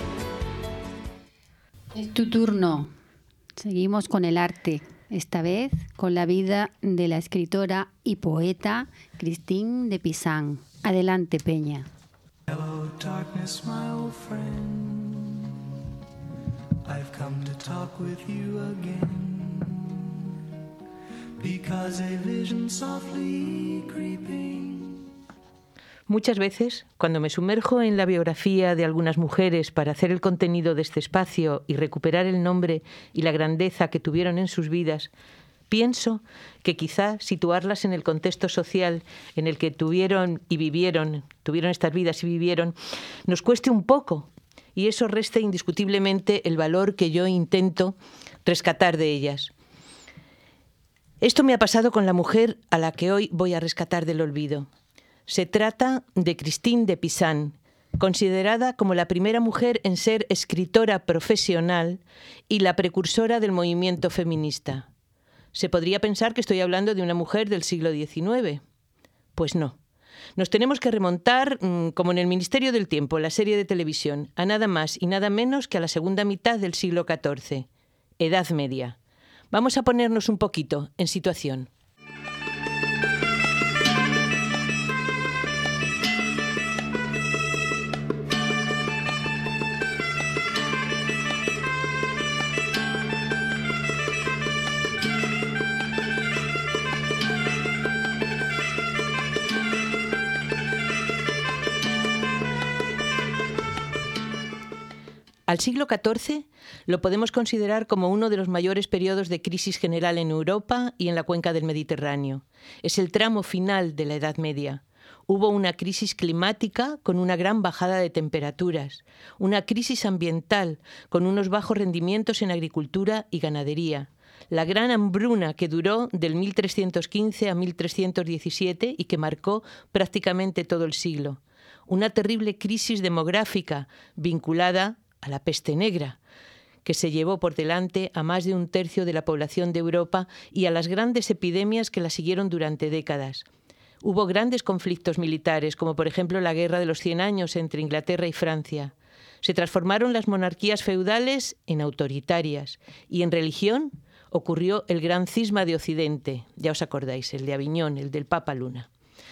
Es tu turno. Seguimos con el arte, esta vez con la vida de la escritora y poeta Christine de Pizan. Adelante, Peña. Hello, darkness, my old friend. I've come to talk with you again. Because a vision softly creeping. Muchas veces, cuando me sumerjo en la biografía de algunas mujeres para hacer el contenido de este espacio y recuperar el nombre y la grandeza que tuvieron en sus vidas, pienso que quizá situarlas en el contexto social en el que tuvieron y vivieron, tuvieron estas vidas y vivieron, nos cueste un poco, y eso resta indiscutiblemente el valor que yo intento rescatar de ellas. Esto me ha pasado con la mujer a la que hoy voy a rescatar del olvido. Se trata de Christine de Pizan, considerada como la primera mujer en ser escritora profesional y la precursora del movimiento feminista. Se podría pensar que estoy hablando de una mujer del siglo diecinueve. Pues no. Nos tenemos que remontar, como en el Ministerio del Tiempo, la serie de televisión, a nada más y nada menos que a la segunda mitad del siglo catorce, Edad Media. Vamos a ponernos un poquito en situación. Al siglo catorce lo podemos considerar como uno de los mayores periodos de crisis general en Europa y en la cuenca del Mediterráneo. Es el tramo final de la Edad Media. Hubo una crisis climática con una gran bajada de temperaturas, una crisis ambiental con unos bajos rendimientos en agricultura y ganadería, la gran hambruna que duró del mil trescientos quince a mil trescientos diecisiete y que marcó prácticamente todo el siglo, una terrible crisis demográfica vinculada a la peste negra, que se llevó por delante a más de un tercio de la población de Europa y a las grandes epidemias que la siguieron durante décadas. Hubo grandes conflictos militares, como por ejemplo la Guerra de los Cien Años entre Inglaterra y Francia. Se transformaron las monarquías feudales en autoritarias y en religión ocurrió el gran cisma de Occidente, ya os acordáis, el de Aviñón, el del Papa Luna.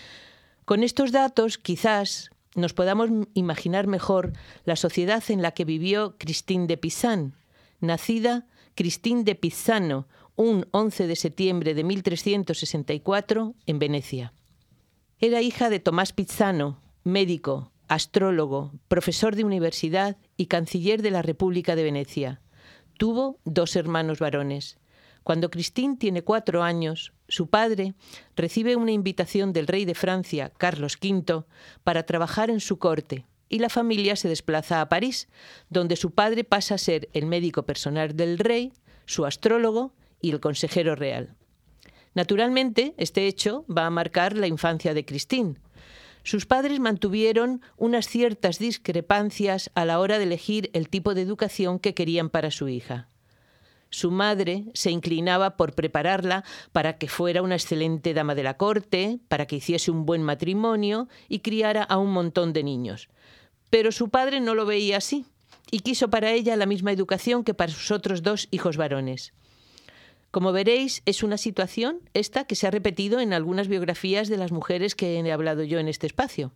Con estos datos, quizás nos podamos imaginar mejor la sociedad en la que vivió Christine de Pisan, nacida Christine de Pisano un once de septiembre de mil trescientos sesenta y cuatro en Venecia. Era hija de Tomás Pisano, médico, astrólogo, profesor de universidad y canciller de la República de Venecia. Tuvo dos hermanos varones. Cuando Christine tiene cuatro años, su padre recibe una invitación del rey de Francia, Carlos quinto, para trabajar en su corte, y la familia se desplaza a París, donde su padre pasa a ser el médico personal del rey, su astrólogo y el consejero real. Naturalmente, este hecho va a marcar la infancia de Christine. Sus padres mantuvieron unas ciertas discrepancias a la hora de elegir el tipo de educación que querían para su hija. Su madre se inclinaba por prepararla para que fuera una excelente dama de la corte, para que hiciese un buen matrimonio y criara a un montón de niños. Pero su padre no lo veía así y quiso para ella la misma educación que para sus otros dos hijos varones. Como veréis, es una situación esta que se ha repetido en algunas biografías de las mujeres que he hablado yo en este espacio.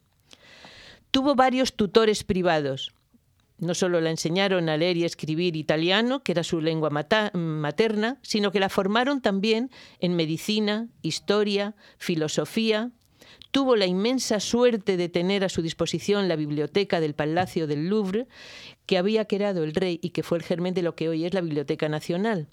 Tuvo varios tutores privados. No solo la enseñaron a leer y escribir italiano, que era su lengua materna, sino que la formaron también en medicina, historia, filosofía. Tuvo la inmensa suerte de tener a su disposición la biblioteca del Palacio del Louvre, que había creado el rey y que fue el germen de lo que hoy es la Biblioteca Nacional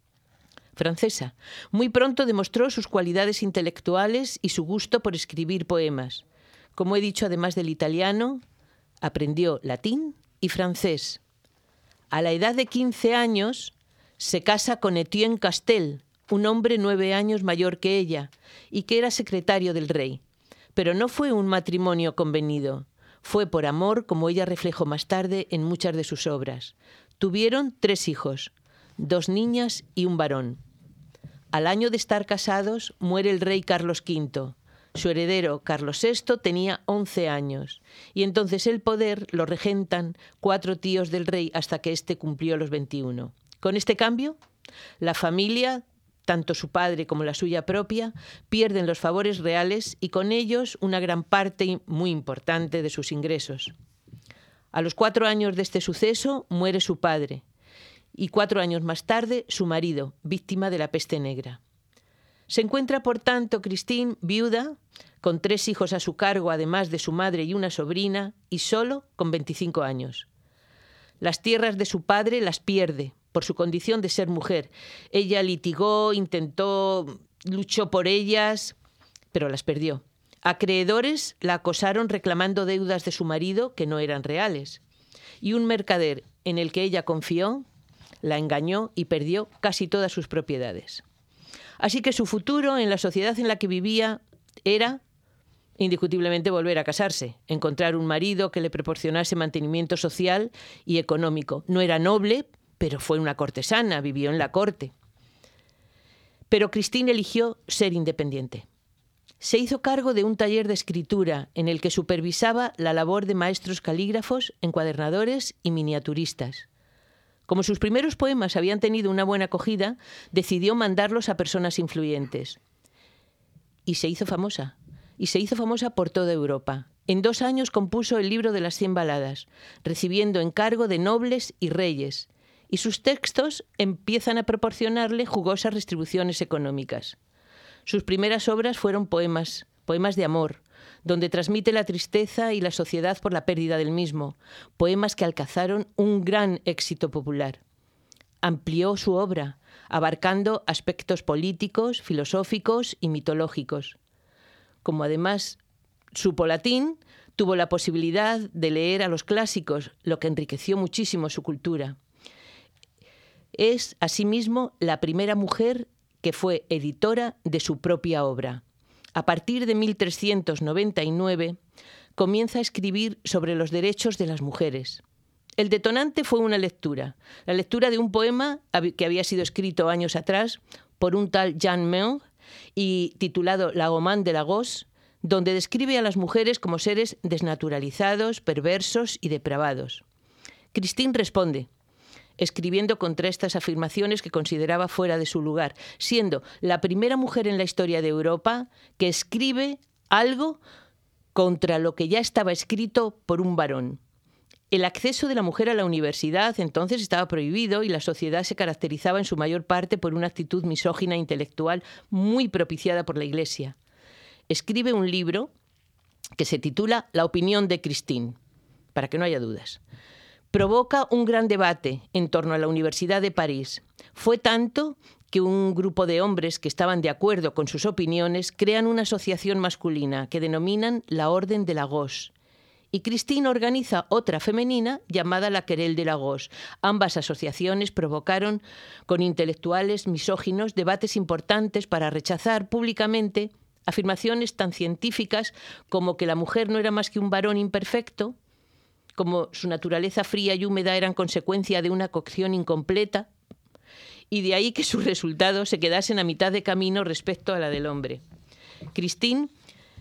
francesa. Muy pronto demostró sus cualidades intelectuales y su gusto por escribir poemas. Como he dicho, además del italiano, aprendió latín y francés. A la edad de quince años se casa con Etienne Castel, un hombre nueve años mayor que ella y que era secretario del rey. Pero no fue un matrimonio convenido, fue por amor, como ella reflejó más tarde en muchas de sus obras. Tuvieron tres hijos, dos niñas y un varón. Al año de estar casados muere el rey Carlos quinto. Su heredero, Carlos sexto, tenía once años y entonces el poder lo regentan cuatro tíos del rey hasta que éste cumplió los veintiuno. Con este cambio, la familia, tanto su padre como la suya propia, pierden los favores reales y con ellos una gran parte muy importante de sus ingresos. A los cuatro años de este suceso muere su padre y cuatro años más tarde su marido, víctima de la peste negra. Se encuentra, por tanto, Christine viuda, con tres hijos a su cargo, además de su madre y una sobrina, y solo con veinticinco años. Las tierras de su padre las pierde por su condición de ser mujer. Ella litigó, intentó, luchó por ellas, pero las perdió. Acreedores la acosaron reclamando deudas de su marido que no eran reales. Y un mercader en el que ella confió la engañó y perdió casi todas sus propiedades. Así que su futuro en la sociedad en la que vivía era indiscutiblemente volver a casarse, encontrar un marido que le proporcionase mantenimiento social y económico. No era noble, pero fue una cortesana, vivió en la corte. Pero Christine eligió ser independiente. Se hizo cargo de un taller de escritura en el que supervisaba la labor de maestros calígrafos, encuadernadores y miniaturistas. Como sus primeros poemas habían tenido una buena acogida, decidió mandarlos a personas influyentes. Y se hizo famosa. Y se hizo famosa por toda Europa. En dos años compuso el libro de las cien baladas, recibiendo encargo de nobles y reyes. Y sus textos empiezan a proporcionarle jugosas retribuciones económicas. Sus primeras obras fueron poemas, poemas de amor, donde transmite la tristeza y la sociedad por la pérdida del mismo, poemas que alcanzaron un gran éxito popular. Amplió su obra, abarcando aspectos políticos, filosóficos y mitológicos. Como además supo latín, tuvo la posibilidad de leer a los clásicos, lo que enriqueció muchísimo su cultura. Es, asimismo, la primera mujer que fue editora de su propia obra. A partir de mil trescientos noventa y nueve, comienza a escribir sobre los derechos de las mujeres. El detonante fue una lectura, la lectura de un poema que había sido escrito años atrás por un tal Jean Meung y titulado La Goman de Lagos, donde describe a las mujeres como seres desnaturalizados, perversos y depravados. Christine responde, escribiendo contra estas afirmaciones que consideraba fuera de su lugar, siendo la primera mujer en la historia de Europa que escribe algo contra lo que ya estaba escrito por un varón. El acceso de la mujer a la universidad entonces estaba prohibido y la sociedad se caracterizaba en su mayor parte por una actitud misógina e intelectual muy propiciada por la Iglesia. Escribe un libro que se titula La opinión de Christine, para que no haya dudas. Provoca un gran debate en torno a la Universidad de París. Fue tanto que un grupo de hombres que estaban de acuerdo con sus opiniones crean una asociación masculina que denominan la Orden de Lagos. Y Christine organiza otra femenina llamada la Querelle de Lagos. Ambas asociaciones provocaron con intelectuales misóginos debates importantes para rechazar públicamente afirmaciones tan científicas como que la mujer no era más que un varón imperfecto, como su naturaleza fría y húmeda eran consecuencia de una cocción incompleta, y de ahí que sus resultados se quedasen a mitad de camino respecto a la del hombre. Christine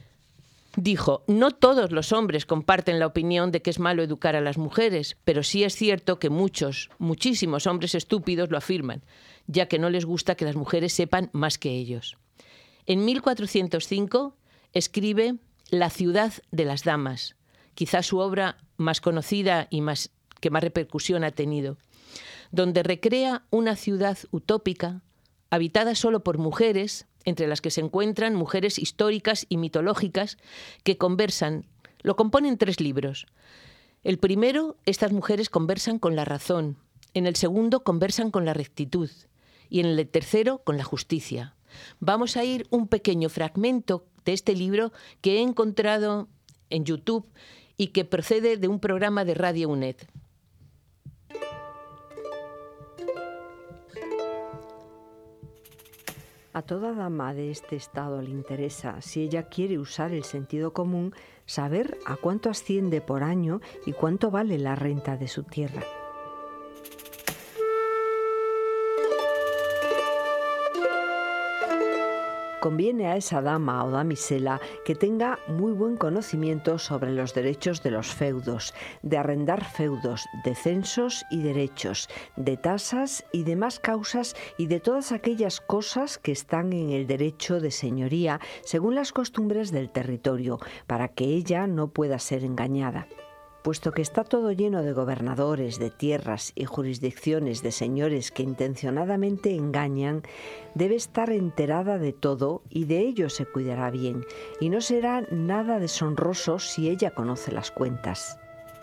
dijo, no todos los hombres comparten la opinión de que es malo educar a las mujeres, pero sí es cierto que muchos, muchísimos hombres estúpidos lo afirman, ya que no les gusta que las mujeres sepan más que ellos. En mil cuatrocientos cinco escribe La ciudad de las damas, quizás su obra más conocida y más, que más repercusión ha tenido, donde recrea una ciudad utópica, habitada solo por mujeres, entre las que se encuentran mujeres históricas y mitológicas que conversan. Lo componen tres libros. El primero, estas mujeres conversan con la razón. En el segundo, conversan con la rectitud. Y en el tercero, con la justicia. Vamos a ir un pequeño fragmento de este libro que he encontrado en YouTube y que procede de un programa de Radio UNED. A toda dama de este estado le interesa, si ella quiere usar el sentido común, saber a cuánto asciende por año y cuánto vale la renta de su tierra. Conviene a esa dama o damisela que tenga muy buen conocimiento sobre los derechos de los feudos, de arrendar feudos, de censos y derechos, de tasas y demás causas y de todas aquellas cosas que están en el derecho de señoría según las costumbres del territorio, para que ella no pueda ser engañada. Puesto que está todo lleno de gobernadores, de tierras y jurisdicciones de señores que intencionadamente engañan, debe estar enterada de todo y de ello se cuidará bien, y no será nada deshonroso si ella conoce las cuentas.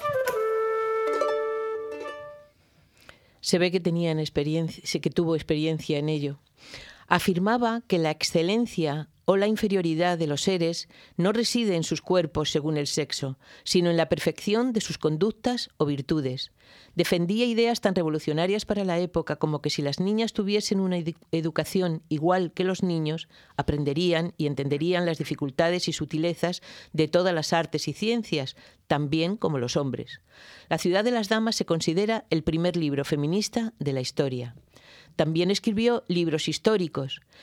Se ve que tenían experiencia, que tuvo experiencia en ello. Afirmaba que la excelencia o la inferioridad de los seres no reside en sus cuerpos según el sexo, sino en la perfección de sus conductas o virtudes. Defendía ideas tan revolucionarias para la época como que si las niñas tuviesen una edu- educación igual que los niños, aprenderían y entenderían las dificultades y sutilezas de todas las artes y ciencias, también como los hombres. La ciudad de las damas se considera el primer libro feminista de la historia. También escribió libros históricos.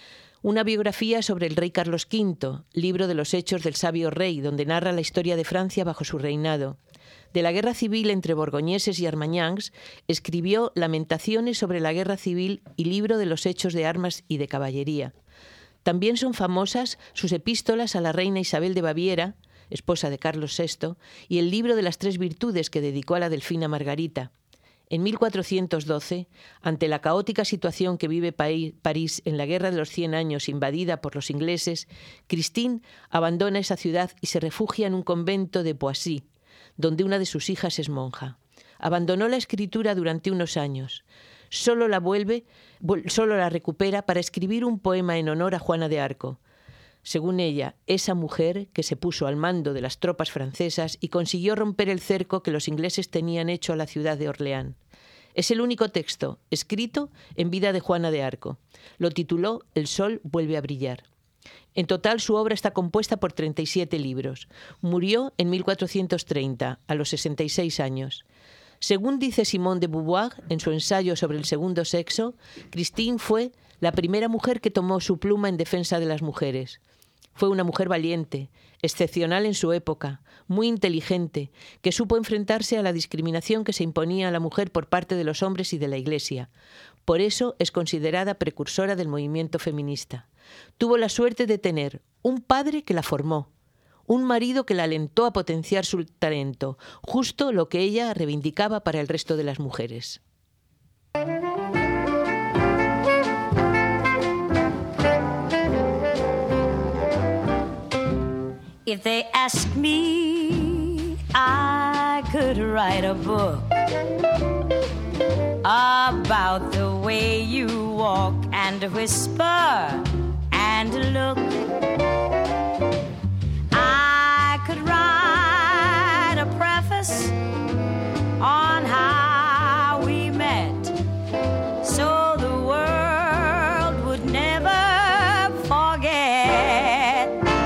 una biografía sobre el rey Carlos quinto, libro de los hechos del sabio rey, donde narra la historia de Francia bajo su reinado. De la guerra civil entre borgoñeses y armañans, escribió Lamentaciones sobre la guerra civil y libro de los hechos de armas y de caballería. También son famosas sus epístolas a la reina Isabel de Baviera, esposa de Carlos sexto, y el libro de las tres virtudes que dedicó a la delfina Margarita. En mil cuatrocientos doce, ante la caótica situación que vive París en la Guerra de los Cien Años invadida por los ingleses, Christine abandona esa ciudad y se refugia en un convento de Poissy, donde una de sus hijas es monja. Abandonó la escritura durante unos años. Solo la vuelve, solo la recupera para escribir un poema en honor a Juana de Arco. Según ella, esa mujer que se puso al mando de las tropas francesas y consiguió romper el cerco que los ingleses tenían hecho a la ciudad de Orleán. Es el único texto escrito en vida de Juana de Arco. Lo tituló El sol vuelve a brillar. En total, su obra está compuesta por treinta y siete libros. Murió en mil cuatrocientos treinta, a los sesenta y seis años. Según dice Simone de Beauvoir en su ensayo sobre el segundo sexo, Christine fue la primera mujer que tomó su pluma en defensa de las mujeres. Fue una mujer valiente, excepcional en su época, muy inteligente, que supo enfrentarse a la discriminación que se imponía a la mujer por parte de los hombres y de la Iglesia. Por eso es considerada precursora del movimiento feminista. Tuvo la suerte de tener un padre que la formó, un marido que la alentó a potenciar su talento, justo lo que ella reivindicaba para el resto de las mujeres. If they ask me, I could write a book about the way you walk and whisper and look. I could write a preface on how we met, so the world would never forget.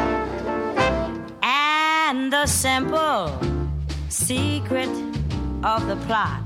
And the simple secret of the plot.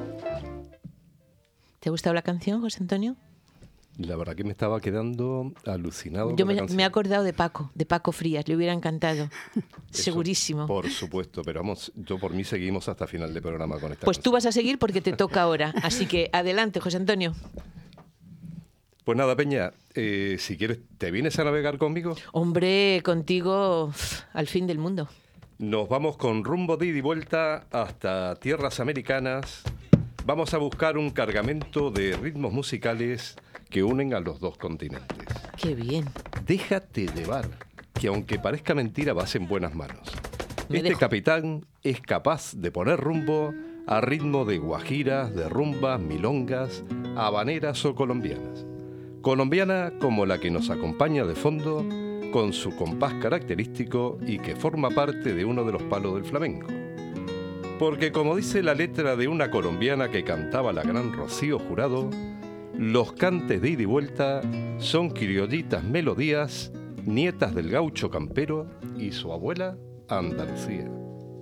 ¿Te ha gustado la canción, José Antonio? La verdad que me estaba quedando alucinado. Yo con me, la me he acordado de Paco, de Paco Frías, le hubiera encantado. Eso, segurísimo. Por supuesto, pero vamos, yo por mí seguimos hasta final de programa con esta Pues canción. tú vas a seguir porque te toca ahora, así que adelante, José Antonio. Pues nada, Peña, eh, si quieres, ¿te vienes a navegar conmigo? Hombre, contigo pf, al fin del mundo. Nos vamos con rumbo de ida y vuelta hasta tierras americanas. Vamos a buscar un cargamento de ritmos musicales que unen a los dos continentes. ¡Qué bien! Déjate llevar, que aunque parezca mentira, vas en buenas manos. Me este dejo. capitán es capaz de poner rumbo a ritmo de guajiras, de rumbas, milongas, habaneras o colombianas. Colombiana como la que nos acompaña de fondo, con su compás característico y que forma parte de uno de los palos del flamenco. Porque como dice la letra de una colombiana que cantaba la gran Rocío Jurado, los cantes de ida y vuelta son criollitas melodías, nietas del gaucho campero y su abuela Andalucía.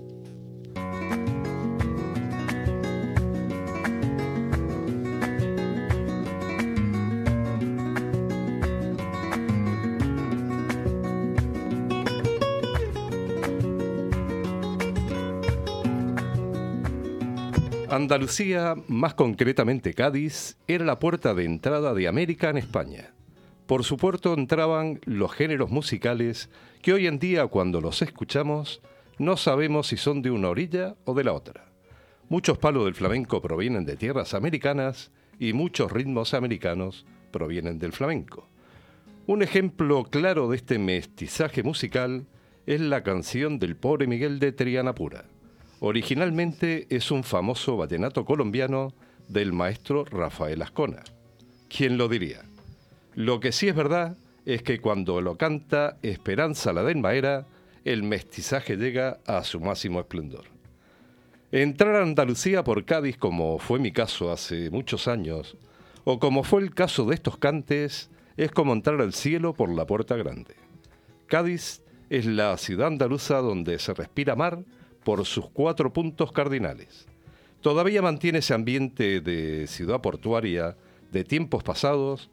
Andalucía, más concretamente Cádiz, era la puerta de entrada de América en España. Por su puerto entraban los géneros musicales que hoy en día, cuando los escuchamos, no sabemos si son de una orilla o de la otra. Muchos palos del flamenco provienen de tierras americanas y muchos ritmos americanos provienen del flamenco. Un ejemplo claro de este mestizaje musical es la canción del pobre Miguel de Triana Pura. Originalmente es un famoso vallenato colombiano del maestro Rafael Ascona. ¿Quién lo diría? Lo que sí es verdad es que cuando lo canta Esperanza la del Maera, el mestizaje llega a su máximo esplendor. Entrar a Andalucía por Cádiz, como fue mi caso hace muchos años, o como fue el caso de estos cantes, es como entrar al cielo por la puerta grande. Cádiz es la ciudad andaluza donde se respira mar por sus cuatro puntos cardinales. Todavía mantiene ese ambiente de ciudad portuaria de tiempos pasados,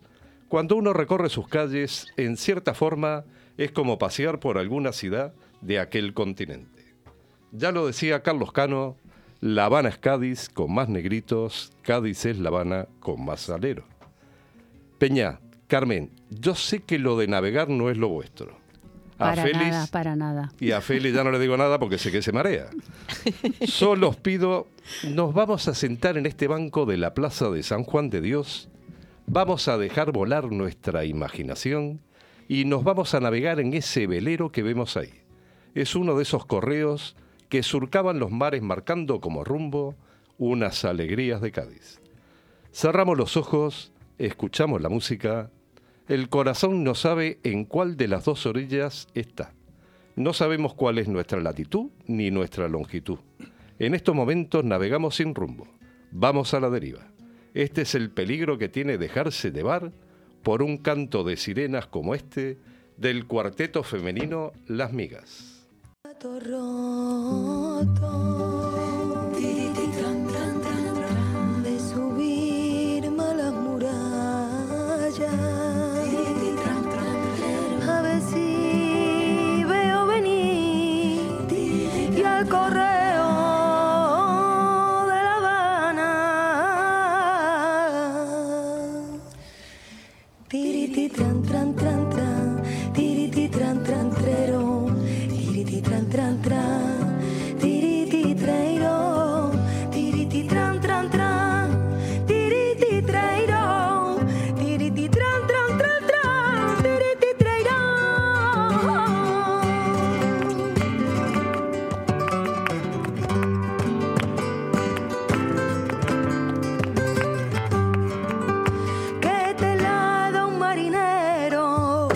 Cuando uno recorre sus calles, en cierta forma, es como pasear por alguna ciudad de aquel continente. Ya lo decía Carlos Cano, La Habana es Cádiz con más negritos, Cádiz es La Habana con más salero. Peña, Carmen, yo sé que lo de navegar no es lo vuestro. A para Félix, nada, para nada. Y a Félix ya no le digo nada porque sé que se marea. Solo os pido, nos vamos a sentar en este banco de la Plaza de San Juan de Dios, vamos a dejar volar nuestra imaginación y nos vamos a navegar en ese velero que vemos ahí. Es uno de esos correos que surcaban los mares marcando como rumbo unas alegrías de Cádiz. Cerramos los ojos, escuchamos la música. El corazón no sabe en cuál de las dos orillas está. No sabemos cuál es nuestra latitud ni nuestra longitud. En estos momentos navegamos sin rumbo. Vamos a la deriva. Este es el peligro que tiene dejarse llevar por un canto de sirenas como este del cuarteto femenino Las Migas. De subir malas murallas, a ver si veo venir y al correo de La Habana, tiriti tran tran tran tran, tiriti tran tran trero, tiriti tran tran tran, tiriti treiro, tiriti tran tran tran, tiriti treiro, tiriti tran tran tran tran, tiriti treiro. Que te la da un marinero,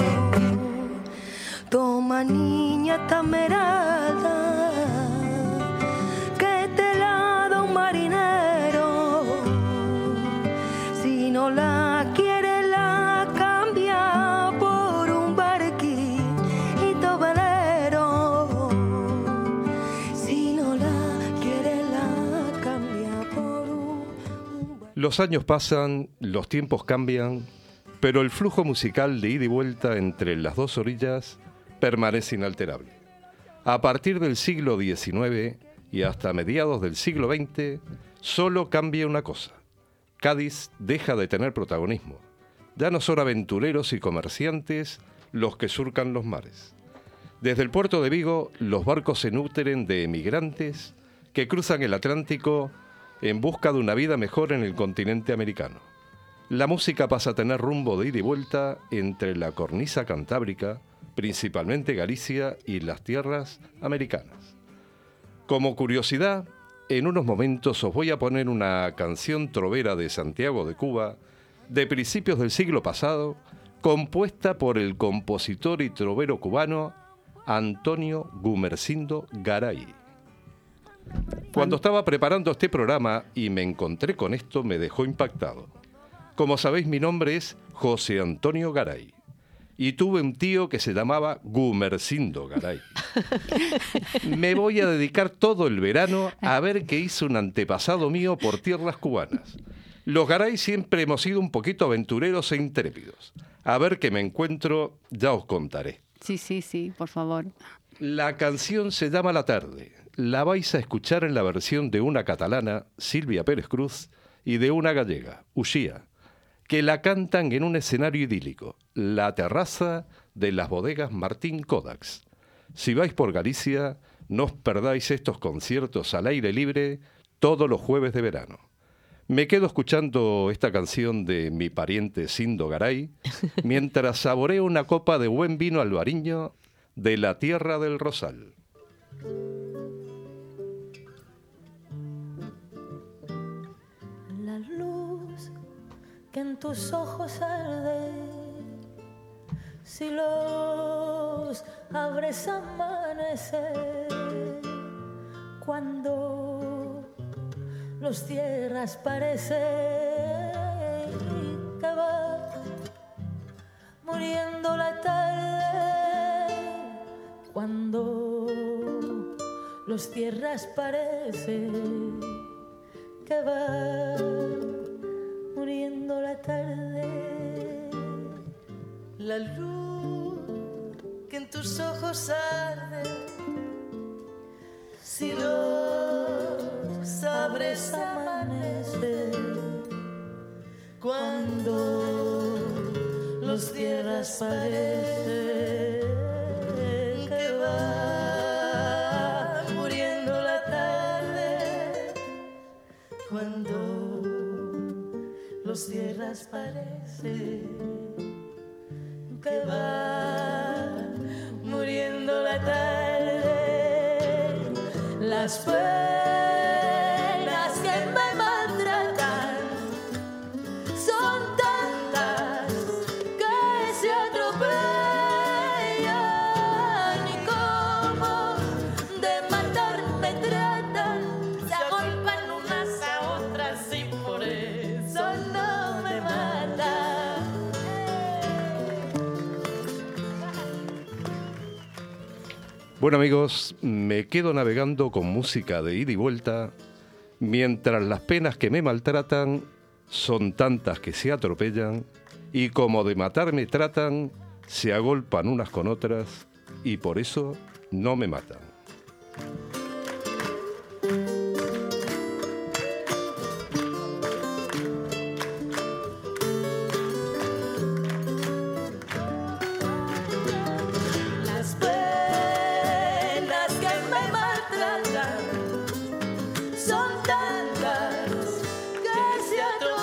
toma niña esta esmeralda, que te la da un marinero, si no la quiere la cambia por un barquito velero, si no la quiere la cambia por un... Los años pasan, los tiempos cambian, pero el flujo musical de ida y vuelta entre las dos orillas permanece inalterable. A partir del siglo diecinueve y hasta mediados del siglo veinte, solo cambia una cosa. Cádiz deja de tener protagonismo. Ya no son aventureros y comerciantes los que surcan los mares. Desde el puerto de Vigo, los barcos se nutren de emigrantes que cruzan el Atlántico en busca de una vida mejor en el continente americano. La música pasa a tener rumbo de ida y vuelta entre la cornisa cantábrica, principalmente Galicia y las tierras americanas. Como curiosidad, en unos momentos os voy a poner una canción trovera de Santiago de Cuba, de principios del siglo pasado, compuesta por el compositor y trovero cubano Antonio Gumersindo Garay. Cuando estaba preparando este programa y me encontré con esto, me dejó impactado. Como sabéis, mi nombre es José Antonio Garay. Y tuve un tío que se llamaba Gumersindo Garay. Me voy a dedicar todo el verano a ver qué hizo un antepasado mío por tierras cubanas. Los Garay siempre hemos sido un poquito aventureros e intrépidos. A ver qué me encuentro, ya os contaré. Sí, sí, sí, por favor. La canción se llama La Tarde. La vais a escuchar en la versión de una catalana, Silvia Pérez Cruz, y de una gallega, Uxía, que la cantan en un escenario idílico, la terraza de las bodegas Martín Kodaks. Si vais por Galicia, no os perdáis estos conciertos al aire libre todos los jueves de verano. Me quedo escuchando esta canción de mi pariente Sindo Garay mientras saboreo una copa de buen vino albariño de la tierra del Rosal. La luz que en tus ojos arde, si los abres amanecer, cuando los cierras parece que va muriendo la tarde, cuando los cierras parece que va muriendo la tarde. la luz que en tus ojos arde, si los abres amanece, cuando los cierras parece que va muriendo la tarde, cuando los cierras parece que va muriendo la tarde. Las penas que me maltratan son tantas que se atropellan, y como de matar me tratan, se agolpan unas a otras y por eso no me matan. Bueno amigos, me quedo navegando con música de ida y vuelta, mientras las penas que me maltratan son tantas que se atropellan, y como de matar me tratan, se agolpan unas con otras, y por eso no me matan. Las penas que me maltratan son tantas que se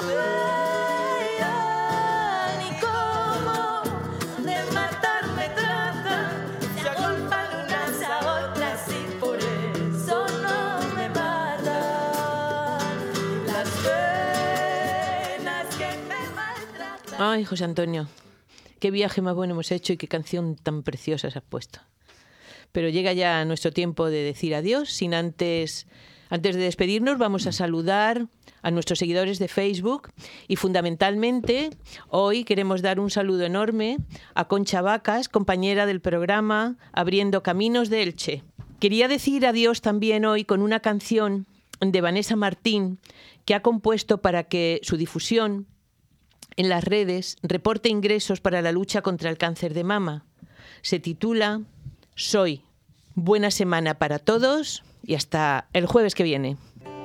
atropellan, y como de matar me tratan, se agolpan unas a otras y por eso no me matan. Las penas que me maltratan. Ay, José Antonio, qué viaje más bueno hemos hecho y qué canción tan preciosa se has puesto. Pero llega ya nuestro tiempo de decir adiós. Sin antes, antes de despedirnos, vamos a saludar a nuestros seguidores de Facebook y fundamentalmente hoy queremos dar un saludo enorme a Concha Vacas, compañera del programa Abriendo Caminos de Elche. Quería decir adiós también hoy con una canción de Vanessa Martín que ha compuesto para que su difusión en las redes reporte ingresos para la lucha contra el cáncer de mama. Se titula Soy. Buena semana para todos y hasta el jueves que viene.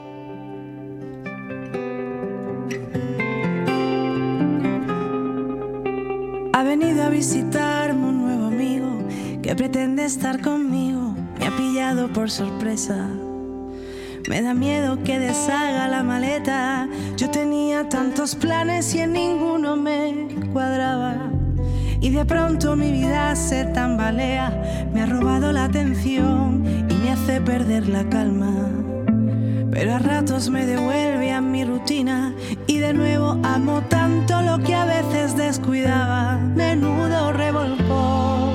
Ha venido a visitarme un nuevo amigo que pretende estar conmigo. Me ha pillado por sorpresa. Me da miedo que deshaga la maleta. Yo tenía tantos planes y en ninguno me cuadraba. Y de pronto mi vida se tambalea. Me ha robado la atención y me hace perder la calma. Pero a ratos me devuelve a mi rutina y de nuevo amo tanto lo que a veces descuidaba. Menudo revolcón.